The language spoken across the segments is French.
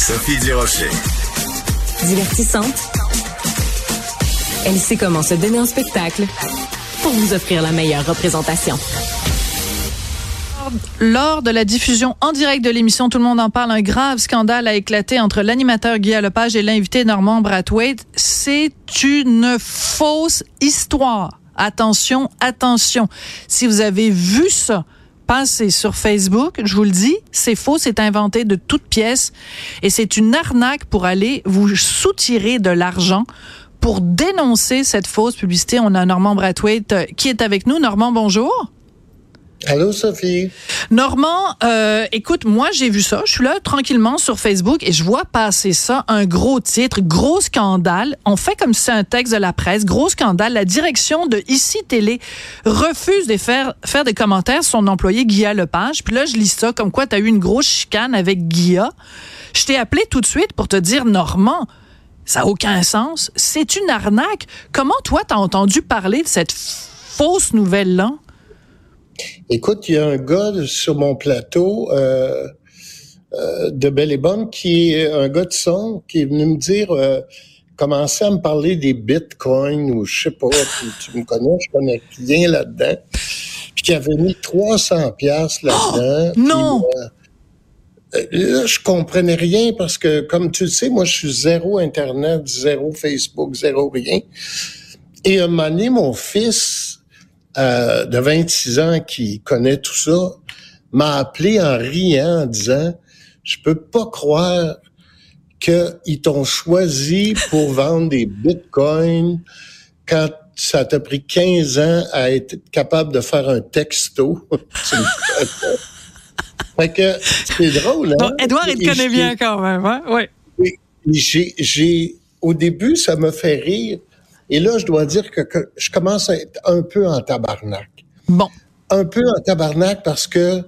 Sophie Durocher. Divertissante. Elle sait comment se donner en spectacle pour vous offrir la meilleure représentation. Lors de la diffusion en direct de l'émission Tout le monde en parle, un grave scandale a éclaté entre l'animateur Guy Lepage et l'invité Normand Brathwaite. C'est une fausse histoire. Attention, attention. Si vous avez vu ça passer sur Facebook, je vous le dis, c'est faux, c'est inventé de toutes pièces et c'est une arnaque pour aller vous soutirer de l'argent. Pour dénoncer cette fausse publicité, on a Normand Brathwaite qui est avec nous. Normand, bonjour. Allô, Sophie. Normand, écoute, moi, j'ai vu ça. Je suis là tranquillement sur Facebook et je vois passer ça, un gros titre, gros scandale. On fait comme si c'est un texte de la presse, gros scandale. La direction de ICI Télé refuse de faire des commentaires sur son employé Guy Lepage. Puis là, je lis ça comme quoi tu as eu une grosse chicane avec Guy. Je t'ai appelé tout de suite pour te dire, Normand, ça n'a aucun sens. C'est une arnaque. Comment, toi, t'as entendu parler de cette fausse nouvelle-là? Écoute, il y a un gars sur mon plateau de Belle et Bonne qui est un gars de son qui est venu me dire, commencer à me parler des bitcoins ou je sais pas, tu me connais, je connais rien là-dedans. Puis qui avait mis 300 piastres là-dedans. Oh, non! Là, je comprenais rien parce que, comme tu le sais, moi, je suis zéro Internet, zéro Facebook, zéro rien. Et un moment donné, mon fils de 26 ans qui connaît tout ça m'a appelé en riant en disant « Je peux pas croire qu'ils t'ont choisi pour vendre des bitcoins quand ça t'a pris 15 ans à être capable de faire un texto. » Fait que c'est drôle, hein? Bon, Édouard, il te connaît bien quand même, hein? Oui. Au début, ça me fait rire. Et là, je dois dire que je commence à être un peu en tabarnak. Bon. Un peu en tabarnak parce que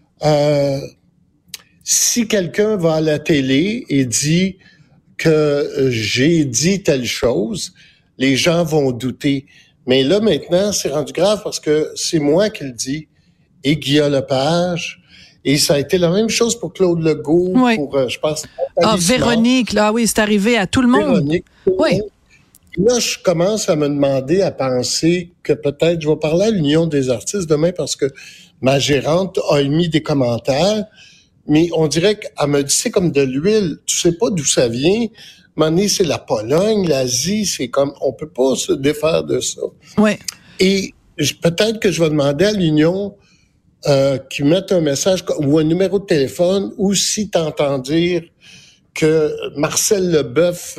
si quelqu'un va à la télé et dit que j'ai dit telle chose, les gens vont douter. Mais là, maintenant, c'est rendu grave parce que c'est moi qui le dis et Guy Lepage. Et ça a été la même chose pour Claude Legault, oui. pour, je pense... Véronique, là, oui, c'est arrivé à tout le monde. Véronique, oui. Là, je commence à me demander, à penser que peut-être je vais parler à l'Union des artistes demain parce que ma gérante a émis des commentaires, mais on dirait qu'elle me dit c'est comme de l'huile, tu sais pas d'où ça vient. À un moment donné, c'est la Pologne, l'Asie, c'est comme, on peut pas se défaire de ça. Oui. Et peut-être que je vais demander à l'Union qu'ils mettent un message ou un numéro de téléphone ou si t'entends dire que Marcel Leboeuf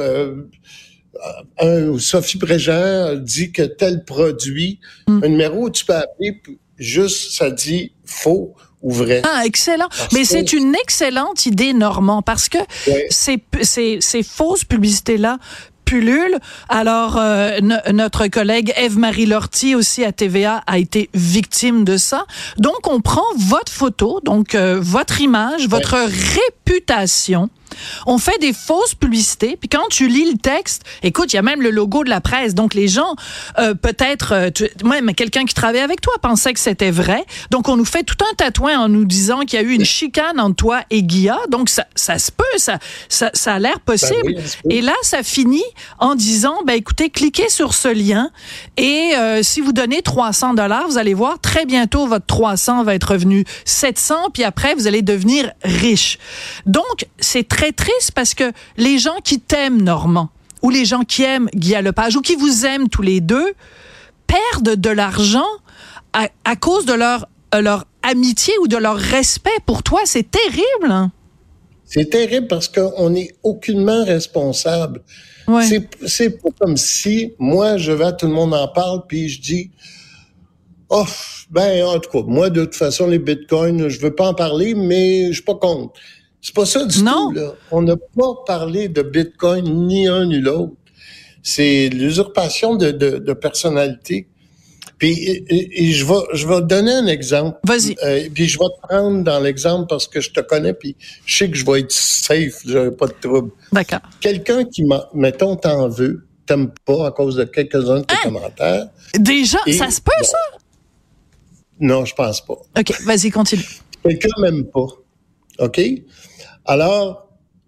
ou Sophie Préjean dit que tel produit, un numéro où tu peux appeler, juste ça dit faux ou vrai. Ah, excellent. Mais c'est une excellente idée, Normand, parce que ces fausses publicités-là pullulent. Alors, notre collègue Ève-Marie Lortie, aussi à TVA, a été victime de ça. Donc, on prend votre photo, donc votre image, votre réputation. On fait des fausses publicités, puis quand tu lis le texte, écoute, il y a même le logo de la presse, donc les gens, mais quelqu'un qui travaillait avec toi pensait que c'était vrai, donc on nous fait tout un tatouin en nous disant qu'il y a eu une chicane entre toi et Guilla, donc ça se peut, ça a l'air possible, oui, et là, ça finit en disant, écoutez, cliquez sur ce lien, et si vous donnez $300, vous allez voir, très bientôt, votre 300 va être revenu 700, puis après, vous allez devenir riche. Donc, c'est très triste parce que les gens qui t'aiment, Normand, ou les gens qui aiment Guy Lepage, ou qui vous aiment tous les deux, perdent de l'argent à cause de leur amitié ou de leur respect pour toi. C'est terrible, hein? C'est terrible parce qu'on n'est aucunement responsable. Ouais. C'est pas comme si, moi, je vais à Tout le monde en parle, puis je dis, en tout cas, moi, de toute façon, les bitcoins, je veux pas en parler, mais je suis pas contre. C'est pas ça du tout, là. On n'a pas parlé de bitcoin, ni un ni l'autre. C'est l'usurpation de personnalité. Puis, et je vais donner un exemple. Vas-y. Puis je vais te prendre dans l'exemple parce que je te connais, puis je sais que je vais être safe, j'aurai pas de trouble. D'accord. Quelqu'un qui, mettons, t'en veut, t'aime pas à cause de quelques-uns de tes commentaires. Déjà, ça se peut, ça? Non, je pense pas. OK, vas-y, continue. Quelqu'un m'aime pas. OK? Alors,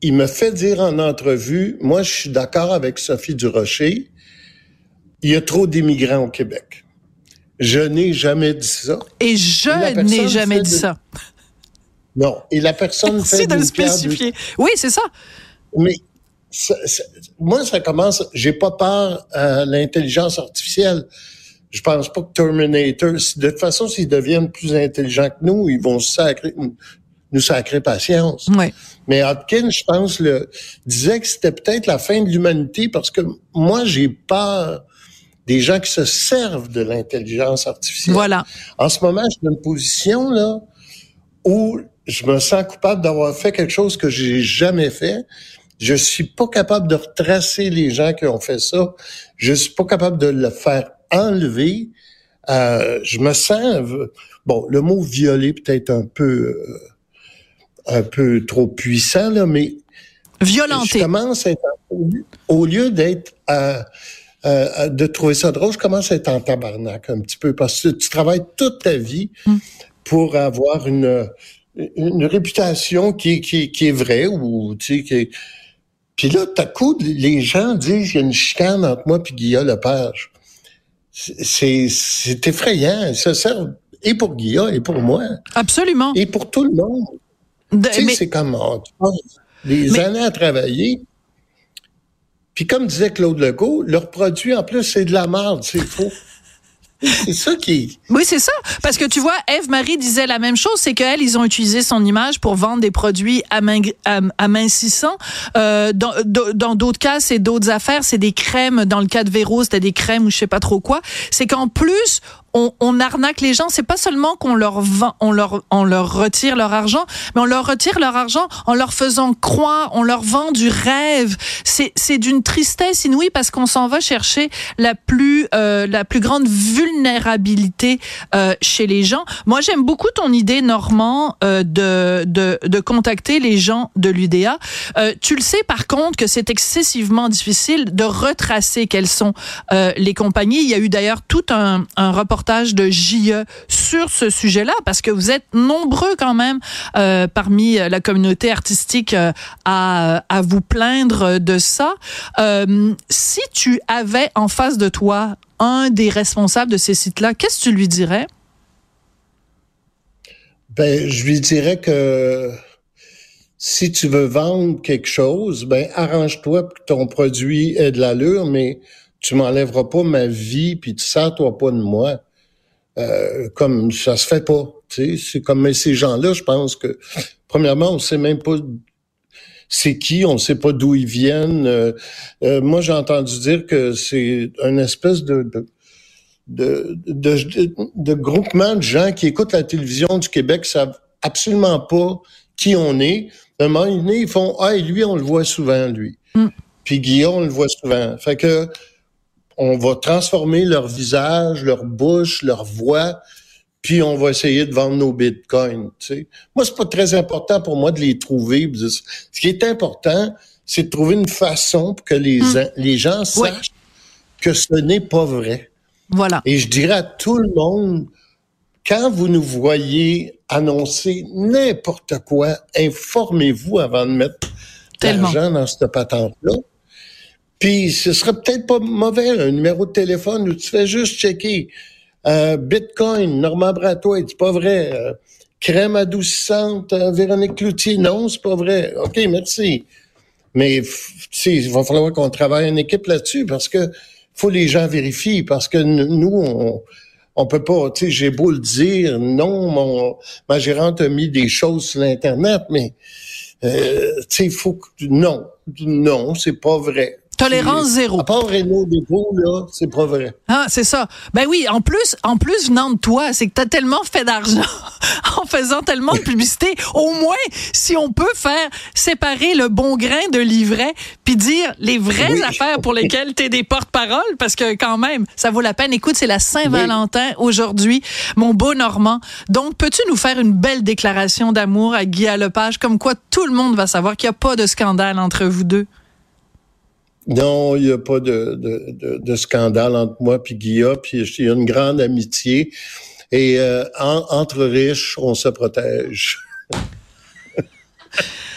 il me fait dire en entrevue, moi, je suis d'accord avec Sophie Durocher, il y a trop d'immigrants au Québec. Je n'ai jamais dit ça. Et je n'ai jamais dit ça. Non. Et la personne Merci fait de le spécifier. Oui, c'est ça. Mais moi, ça commence... J'ai pas peur à l'intelligence artificielle. Je pense pas que Terminator... De toute façon, s'ils deviennent plus intelligents que nous, ils vont nous sacrer patience. Oui. Mais Hopkins, je pense, disait que c'était peut-être la fin de l'humanité parce que moi, j'ai peur des gens qui se servent de l'intelligence artificielle. Voilà. En ce moment, je suis dans une position là où je me sens coupable d'avoir fait quelque chose que j'ai jamais fait. Je suis pas capable de retracer les gens qui ont fait ça. Je suis pas capable de le faire enlever. Je me sens... Bon, le mot « violer » peut-être un peu trop puissant, là, mais... Violenté. Je commence à être... Au lieu d'être... de trouver ça drôle, je commence à être en tabarnak un petit peu parce que tu travailles toute ta vie pour avoir une réputation qui est vraie ou tu sais qui est... Puis là, tout à coup, les gens disent qu'il y a une chicane entre moi et Guilla Lepage. C'est effrayant. Ça sert et pour Guilla et pour moi. Absolument. Et pour tout le monde. Tu sais, c'est comme des années à travailler. Puis comme disait Claude Legault, leur produit, en plus, c'est de la merde, c'est faux. C'est ça qui... Oui, c'est ça. Parce que tu vois, Ève-Marie disait la même chose, c'est qu'elle, ils ont utilisé son image pour vendre des produits amincissants. Dans d'autres cas, c'est d'autres affaires, c'est des crèmes. Dans le cas de Véro, c'était des crèmes ou je sais pas trop quoi. C'est qu'en plus... On arnaque les gens, c'est pas seulement qu'on leur vend, on leur retire leur argent, mais on leur retire leur argent en leur faisant croire, on leur vend du rêve. C'est d'une tristesse inouïe parce qu'on s'en va chercher la plus grande vulnérabilité chez les gens. Moi, j'aime beaucoup ton idée, Normand, de contacter les gens de l'UDA. Tu le sais par contre que c'est excessivement difficile de retracer quelles sont les compagnies. Il y a eu d'ailleurs tout un reportage de JE sur ce sujet-là, parce que vous êtes nombreux quand même parmi la communauté artistique à vous plaindre de ça. Si tu avais en face de toi un des responsables de ces sites-là, qu'est-ce que tu lui dirais? Ben, je lui dirais que si tu veux vendre quelque chose, ben arrange-toi pour que ton produit ait de l'allure, mais tu m'enlèveras pas ma vie, puis tu sers-toi pas de moi. Comme ça se fait pas, tu sais, c'est comme ces gens-là, je pense que premièrement, on sait même pas c'est qui, on sait pas d'où ils viennent. Moi, j'ai entendu dire que c'est une espèce de groupement de gens qui écoutent la télévision du Québec, savent absolument pas qui on est. À un moment donné, ils font et lui, on le voit souvent, lui. Puis Guillaume, on le voit souvent. Fait que on va transformer leur visage, leur bouche, leur voix, puis on va essayer de vendre nos bitcoins, tu sais. Moi, c'est pas très important pour moi de les trouver. Ce qui est important, c'est de trouver une façon pour que les gens sachent que ce n'est pas vrai. Voilà. Et je dirais à tout le monde, quand vous nous voyez annoncer n'importe quoi, informez-vous avant de mettre de l'argent dans cette patente-là. Puis ce serait peut-être pas mauvais, un numéro de téléphone où tu fais juste checker Bitcoin, Normand Bratoit, c'est pas vrai. Crème adoucissante, Véronique Cloutier, non, c'est pas vrai. OK, merci. Mais il va falloir qu'on travaille en équipe là-dessus parce que faut les gens vérifient, parce que nous, on peut pas, tu sais, j'ai beau le dire, non, ma gérante a mis des choses sur l'Internet, mais tu sais, il faut que... Non, c'est pas vrai. Tolérance zéro. À part Renaud Dépôt, là, c'est pas vrai. Ah, c'est ça. Ben oui, en plus venant de toi, c'est que t'as tellement fait d'argent en faisant tellement de publicité. Au moins, si on peut faire séparer le bon grain de l'ivraie, puis dire les vraies affaires pour lesquelles t'es des porte-parole, parce que quand même, ça vaut la peine. Écoute, c'est la Saint-Valentin aujourd'hui, mon beau Normand. Donc, peux-tu nous faire une belle déclaration d'amour à Guy Lepage, comme quoi tout le monde va savoir qu'il n'y a pas de scandale entre vous deux? Non, il n'y a pas de scandale entre moi et Guilla, puis il y a une grande amitié. Et entre riches, on se protège. Pourquoi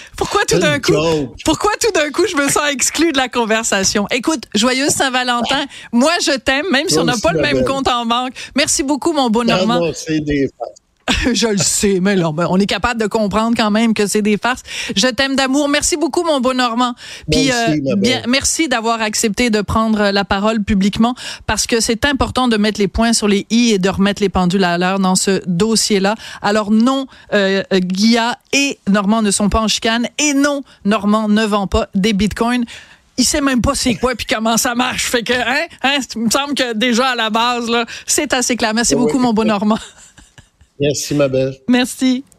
tout d'un coup, je me sens exclue de la conversation? Écoute, joyeuse Saint-Valentin. Moi, je t'aime, même si on n'a pas le même compte en banque. Merci beaucoup, mon beau Normand. Non, c'est des farces. Je le sais, mais là, on est capable de comprendre quand même que c'est des farces. Je t'aime d'amour. Merci beaucoup, mon beau Normand. Puis, merci d'avoir accepté de prendre la parole publiquement parce que c'est important de mettre les points sur les i et de remettre les pendules à l'heure dans ce dossier-là. Alors non, Guilla et Normand ne sont pas en chicane et non, Normand ne vend pas des bitcoins. Il sait même pas c'est quoi puis comment ça marche. Fait que, il me semble que déjà à la base, là, c'est assez clair. Merci beaucoup, mon beau Normand. Merci, ma belle. Merci.